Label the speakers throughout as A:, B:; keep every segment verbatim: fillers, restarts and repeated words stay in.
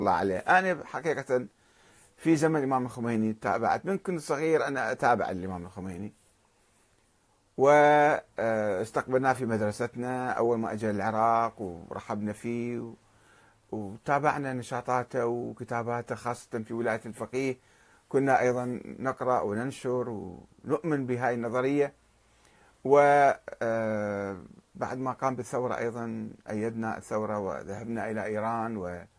A: الله عليه. أنا حقيقة في زمن الإمام الخميني تابعت، من كنت صغير أنا أتابع الإمام الخميني، واستقبلناه في مدرستنا أول ما أجى العراق ورحبنا فيه، وتابعنا نشاطاته وكتاباته خاصة في ولاية الفقيه. كنا أيضا نقرأ وننشر ونؤمن بهاي النظرية. وبعد ما قام بالثورة أيضا أيدنا الثورة وذهبنا إلى إيران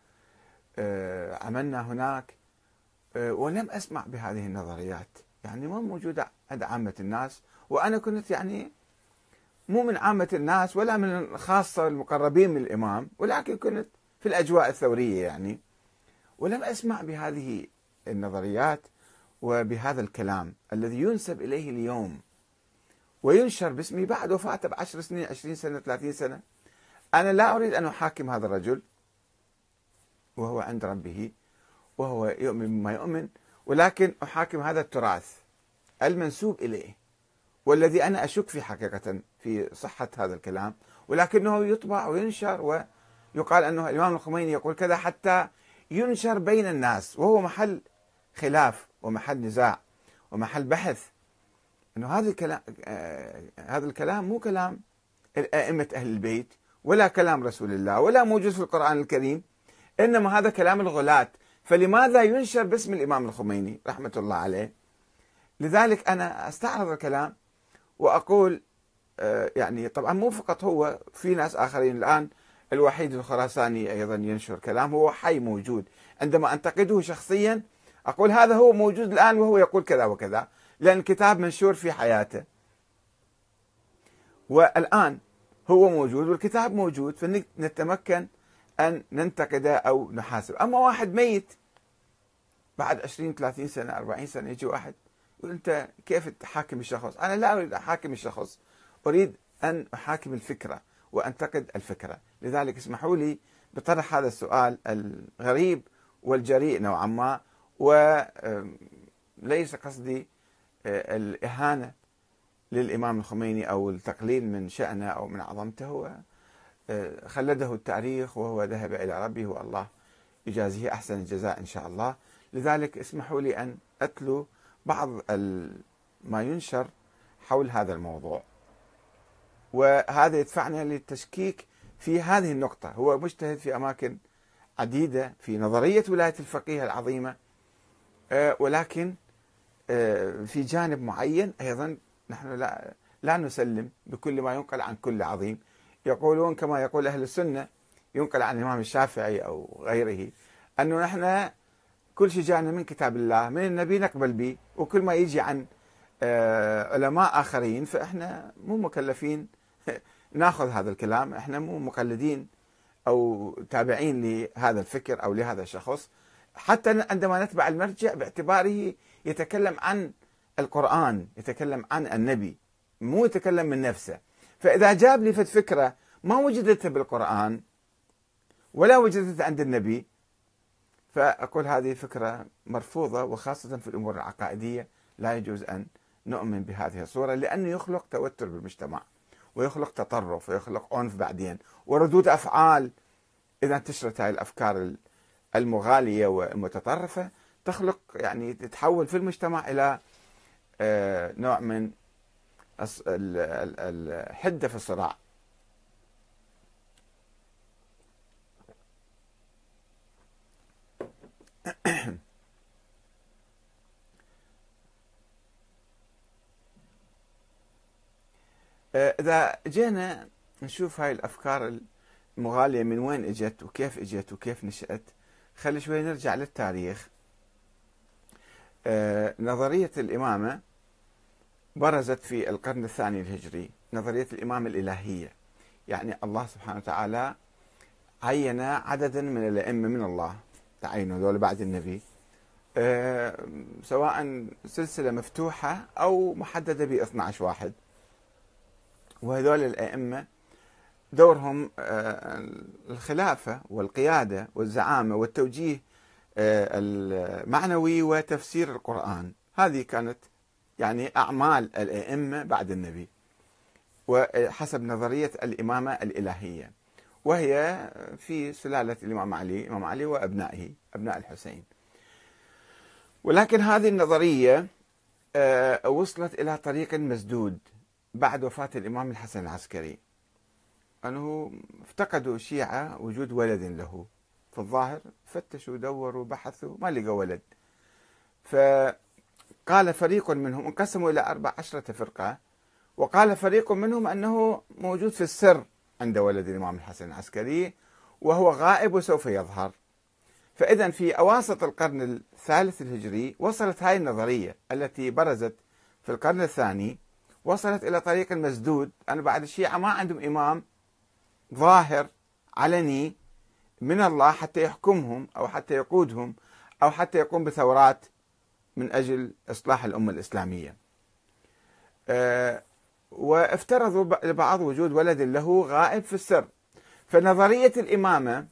A: وعملنا هناك، ولم أسمع بهذه النظريات، يعني ما موجودة عند عامة الناس. وأنا كنت يعني مو من عامة الناس ولا من خاصة المقربين من الإمام، ولكن كنت في الأجواء الثورية يعني، ولم أسمع بهذه النظريات وبهذا الكلام الذي ينسب إليه اليوم وينشر باسمي بعد وفاته بعشر سنين، عشرين سنة، ثلاثين سنة. أنا لا أريد أن أحاكم هذا الرجل، وهو عند ربه وهو يؤمن بما يؤمن، ولكن أحاكم هذا التراث المنسوب إليه، والذي أنا أشك في حقيقة في صحة هذا الكلام، ولكنه يطبع وينشر ويقال أنه الإمام الخميني يقول كذا حتى ينشر بين الناس، وهو محل خلاف ومحل نزاع ومحل بحث. أنه هذا الكلام آه هذا الكلام مو كلام أئمة أهل البيت ولا كلام رسول الله ولا موجود في القرآن الكريم، إنما هذا كلام الغلاة. فلماذا ينشر باسم الإمام الخميني رحمة الله عليه؟ لذلك أنا أستعرض الكلام وأقول آه يعني طبعا مو فقط هو، في ناس آخرين. الآن الوحيد الخراساني أيضا ينشر كلام، هو حي موجود. عندما أنتقده شخصيا أقول هذا هو موجود الآن وهو يقول كذا وكذا، لأن الكتاب منشور في حياته، والآن هو موجود والكتاب موجود، فنتمكن أن ننتقده أو نحاسب. أما واحد ميت بعد عشرين ثلاثين سنة أربعين سنة يجي واحد يقول أنت كيف تحاكم الشخص؟ أنا لا أريد أحاكم الشخص، أريد أن أحاكم الفكرة وأنتقد الفكرة. لذلك اسمحوا لي بطرح هذا السؤال الغريب والجريء نوعا ما، وليس قصدي الإهانة للإمام الخميني أو التقليل من شأنه أو من عظمته. هو خلده التاريخ وهو ذهب إلى ربه، والله يجازيه أحسن الجزاء إن شاء الله. لذلك اسمحوا لي أن أتلو بعض ما ينشر حول هذا الموضوع، وهذا يدفعنا للتشكيك في هذه النقطة. هو مجتهد في أماكن عديدة في نظرية ولاية الفقيه العظيمة، ولكن في جانب معين أيضا نحن لا, لا نسلم بكل ما ينقل عن كل عظيم. يقولون كما يقول أهل السنة، ينقل عن الإمام الشافعي أو غيره، أنه نحن كل شيء جاءنا من كتاب الله من النبي نقبل به، وكل ما يجي عن علماء آخرين فإحنا مو مكلفين ناخذ هذا الكلام، إحنا مو مقلدين أو تابعين لهذا الفكر أو لهذا الشخص، حتى عندما نتبع المرجع باعتباره يتكلم عن القرآن، يتكلم عن النبي، مو يتكلم من نفسه. فإذا جاب لي فكرة ما وجدتها بالقرآن ولا وجدتها عند النبي، فأقول هذه فكرة مرفوضة، وخاصة في الأمور العقائدية لا يجوز أن نؤمن بهذه الصورة، لأنه يخلق توتر بالمجتمع ويخلق تطرف ويخلق عنف بعدين وردود أفعال. إذا انتشرت هذه الأفكار المغالية والمتطرفة تخلق يعني تتحول في المجتمع إلى نوع من الحدة في الصراع. إذا جينا نشوف هاي الأفكار المغالية من وين إجت وكيف إجت وكيف نشأت، خلي شوي نرجع للتاريخ. نظرية الإمامة برزت في القرن الثاني الهجري، نظرية الإمامة الإلهية، يعني الله سبحانه وتعالى عين عددا من الأئمة من الله، تعينوا ذول بعد النبي، سواء سلسلة مفتوحة أو محددة ب اثني عشر واحد. وهذول الأئمة دورهم الخلافة والقيادة والزعامة والتوجيه المعنوي وتفسير القرآن. هذه كانت يعني أعمال الأئمة بعد النبي وحسب نظرية الإمامة الإلهية. وهي في سلالة الإمام علي، الإمام علي وأبنائه أبناء الحسين. ولكن هذه النظرية وصلت إلى طريق مسدود بعد وفاة الإمام الحسن العسكري، أنه افتقدوا الشيعة وجود ولد له في الظاهر، فتشوا دوروا بحثوا ما لقوا ولد. فقال فريق منهم، انقسموا إلى أربع عشرة فرقة، وقال فريق منهم أنه موجود في السر عند ولد الإمام الحسن العسكري وهو غائب وسوف يظهر. فإذا في أواسط القرن الثالث الهجري وصلت هاي النظرية التي برزت في القرن الثاني، وصلت إلى طريق مسدود. أنا بعد الشيعة ما عندهم إمام ظاهر علني من الله حتى يحكمهم أو حتى يقودهم أو حتى يقوم بثورات من أجل إصلاح الأمة الإسلامية. أه وافترضوا البعض وجود ولد له غائب في السر. فنظرية الإمامة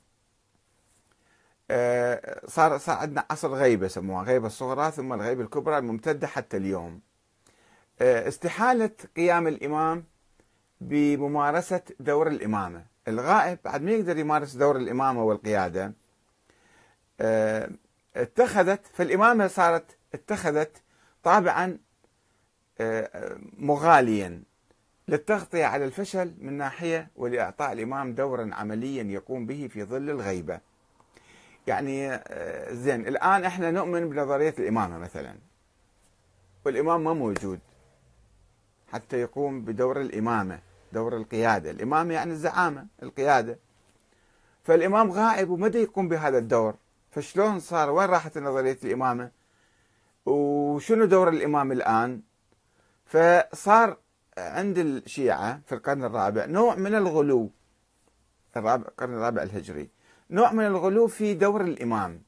A: أه صار صار عندنا عصر غيبة سموها غيبة الصغرى ثم الغيبة الكبرى الممتدة حتى اليوم. أه استحالة قيام الإمام بممارسة دور الإمامة. الغائب بعد ما يقدر يمارس دور الإمامة والقيادة. أه اتخذت فالإمامة صارت اتخذت طابعا أه مغاليا للتغطية على الفشل من ناحية، ولإعطاء الإمام دورا عمليا يقوم به في ظل الغيبة. يعني أه زين الآن احنا نؤمن بنظرية الإمامة مثلا، والإمام ما موجود حتى يقوم بدور الإمامة، دور القيادة. الإمامة يعني الزعامة، القيادة. فالإمام غائب ومدى يقوم بهذا الدور. فشلون صار؟ وين راحت نظرية الإمامة؟ وشنو دور الإمام الآن؟ فصار عند الشيعة في القرن الرابع نوع من الغلو، الرابع القرن الرابع الهجري، نوع من الغلو في دور الإمام.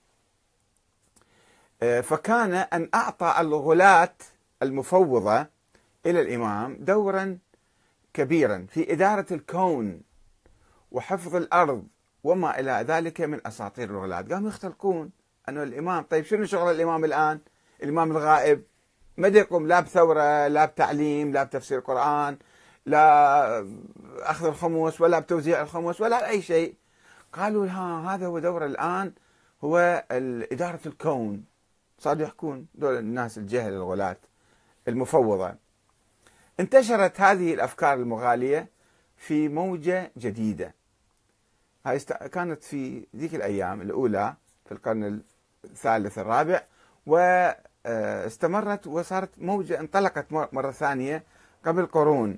A: فكان أن أعطى الغلاة المفوضة إلى الإمام دورا كبيرا في إدارة الكون وحفظ الأرض وما إلى ذلك من أساطير الغلاة. قاموا يختلقون أنه الإمام، طيب شنو شغل الإمام الآن؟ الإمام الغائب ما يقوم لا بثورة لا بتعليم لا بتفسير قرآن لا أخذ الخمس ولا بتوزيع الخمس ولا أي شيء. قالوا ها هذا هو دور الآن، هو إدارة الكون. صاروا يحكون دول الناس الجهل الغلاة المفوضة. انتشرت هذه الأفكار المغالية في موجة جديدة. هاي كانت في ذيك الأيام الأولى في القرن الثالث الرابع، واستمرت وصارت موجة انطلقت مرة ثانية قبل قرون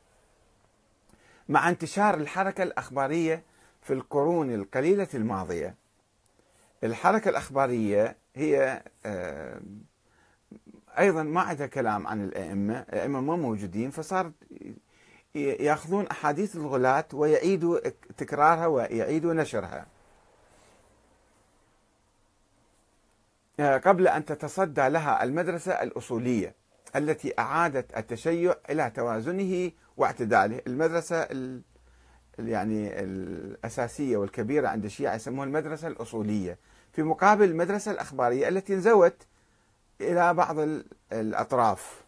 A: مع انتشار الحركة الأخبارية في القرون القليلة الماضية. الحركة الأخبارية هي أيضا ما عندها كلام عن الأئمة، الأئمة ما موجودين، فصارت يأخذون أحاديث الغلاة ويعيدوا تكرارها ويعيدوا نشرها قبل أن تتصدى لها المدرسة الأصولية التي أعادت التشيع إلى توازنه واعتداله. المدرسة يعني الأساسية والكبيرة عند الشيعة يسموها المدرسة الأصولية، في مقابل المدرسة الأخبارية التي انزوت إلى بعض الأطراف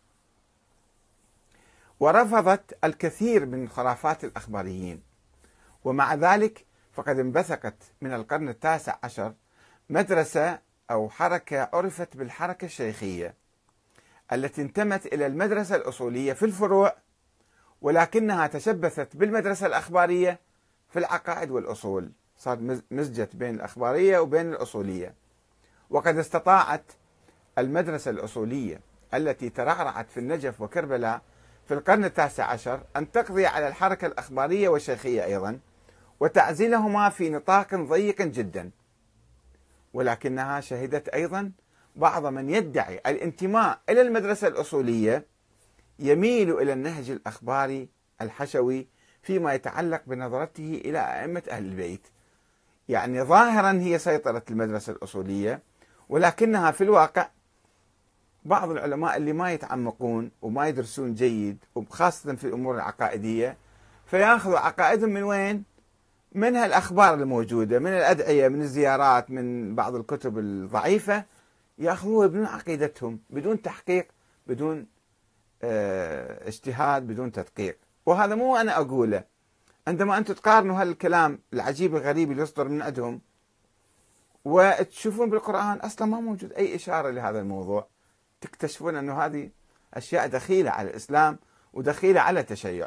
A: ورفضت الكثير من خرافات الأخباريين. ومع ذلك فقد انبثقت من القرن التاسع عشر مدرسة أو حركة عرفت بالحركة الشيخية التي انتمت إلى المدرسة الأصولية في الفروع، ولكنها تشبثت بالمدرسة الأخبارية في العقائد والأصول. صار مزجت بين الأخبارية وبين الأصولية. وقد استطاعت المدرسة الأصولية التي ترعرعت في النجف وكربلاء في القرن التاسع عشر أن تقضي على الحركة الأخبارية والشيخية أيضا، وتعزلهما في نطاق ضيق جدا. ولكنها شهدت أيضا بعض من يدعي الانتماء إلى المدرسة الأصولية يميل إلى النهج الأخباري الحشوي فيما يتعلق بنظرته إلى أئمة أهل البيت. يعني ظاهرا هي سيطرة المدرسة الأصولية، ولكنها في الواقع بعض العلماء اللي ما يتعمقون وما يدرسون جيد وخاصة في الأمور العقائدية فيأخذوا عقائدهم من وين؟ من هالأخبار الموجودة، من الأدعية، من الزيارات، من بعض الكتب الضعيفة، يأخذوها بدون عقيدتهم، بدون تحقيق، بدون اه اجتهاد، بدون تدقيق. وهذا مو أنا أقوله، عندما أنتم تقارنوا هالكلام العجيب الغريب اللي يصدر من عندهم وتشوفون بالقرآن أصلا ما موجود أي إشارة لهذا الموضوع، تكتشفون أنه هذه أشياء دخيلة على الإسلام ودخيلة على التشيع،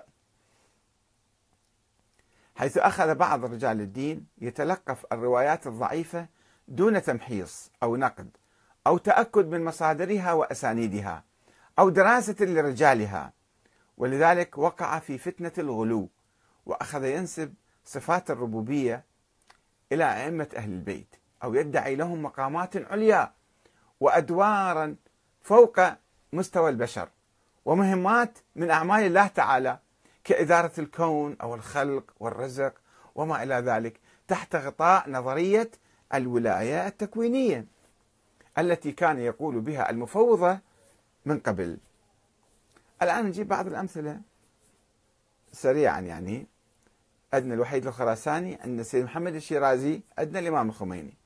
A: حيث أخذ بعض رجال الدين يتلقف الروايات الضعيفة دون تمحيص أو نقد أو تأكد من مصادرها وأسانيدها أو دراسة لرجالها، ولذلك وقع في فتنة الغلو وأخذ ينسب صفات الربوبية إلى أئمة أهل البيت أو يدعي لهم مقامات عليا وأدوارا فوق مستوى البشر ومهمات من أعمال الله تعالى كإدارة الكون أو الخلق والرزق وما إلى ذلك، تحت غطاء نظرية الولاية التكوينية التي كان يقول بها المفوضة من قبل. الآن نجيب بعض الأمثلة سريعا. يعني عندنا الوحيد الخراساني، عندنا السيد محمد الشيرازي، عندنا الإمام الخميني.